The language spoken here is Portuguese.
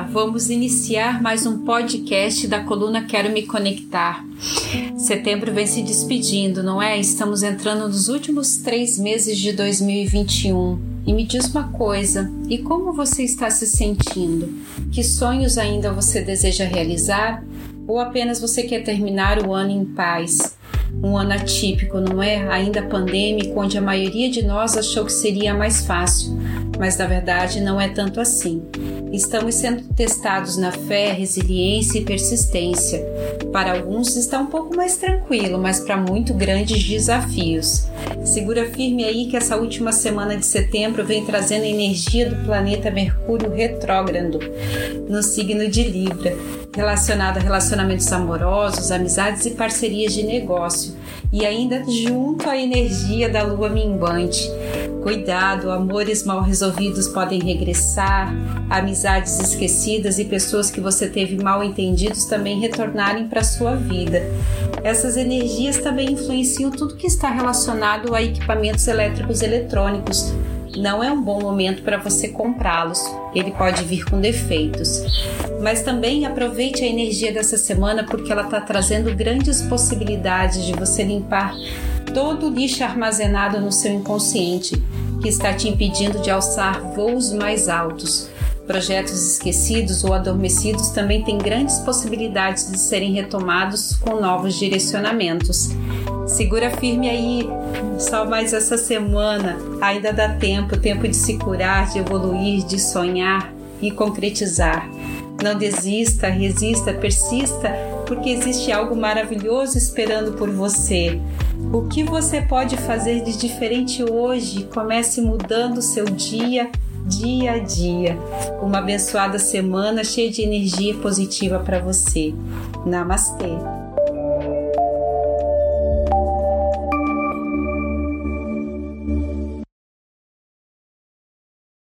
vamos iniciar mais um podcast da coluna Quero Me Conectar. Setembro vem se despedindo, não é? Estamos entrando nos últimos 3 meses de 2021. E me diz uma coisa, e como você está se sentindo? Que sonhos ainda você deseja realizar? Ou apenas você quer terminar o ano em paz? Um ano atípico, não é? Ainda pandêmico, onde a maioria de nós achou que seria mais fácil, mas na verdade não é tanto assim. Estamos sendo testados na fé, resiliência e persistência. Para alguns está um pouco mais tranquilo, mas para muito grandes desafios. Segura firme aí que essa última semana de setembro vem trazendo a energia do planeta Mercúrio retrógrado no signo de Libra, relacionado a relacionamentos amorosos, amizades e parcerias de negócio, e ainda junto à energia da lua minguante. Cuidado, amores mal resolvidos podem regressar, amizades esquecidas e pessoas que você teve mal entendidos também retornarem para a sua vida. Essas energias também influenciam tudo que está relacionado a equipamentos elétricos e eletrônicos. Não é um bom momento para você comprá-los, ele pode vir com defeitos. Mas também aproveite a energia dessa semana porque ela está trazendo grandes possibilidades de você limpar todo o lixo armazenado no seu inconsciente, que está te impedindo de alçar voos mais altos. Projetos esquecidos ou adormecidos também têm grandes possibilidades de serem retomados com novos direcionamentos. Segura firme aí, só mais essa semana, ainda dá tempo de se curar, de evoluir, de sonhar e concretizar. Não desista, resista, persista, porque existe algo maravilhoso esperando por você. O que você pode fazer de diferente hoje? Comece mudando o seu dia a dia. Uma abençoada semana cheia de energia positiva para você. Namastê!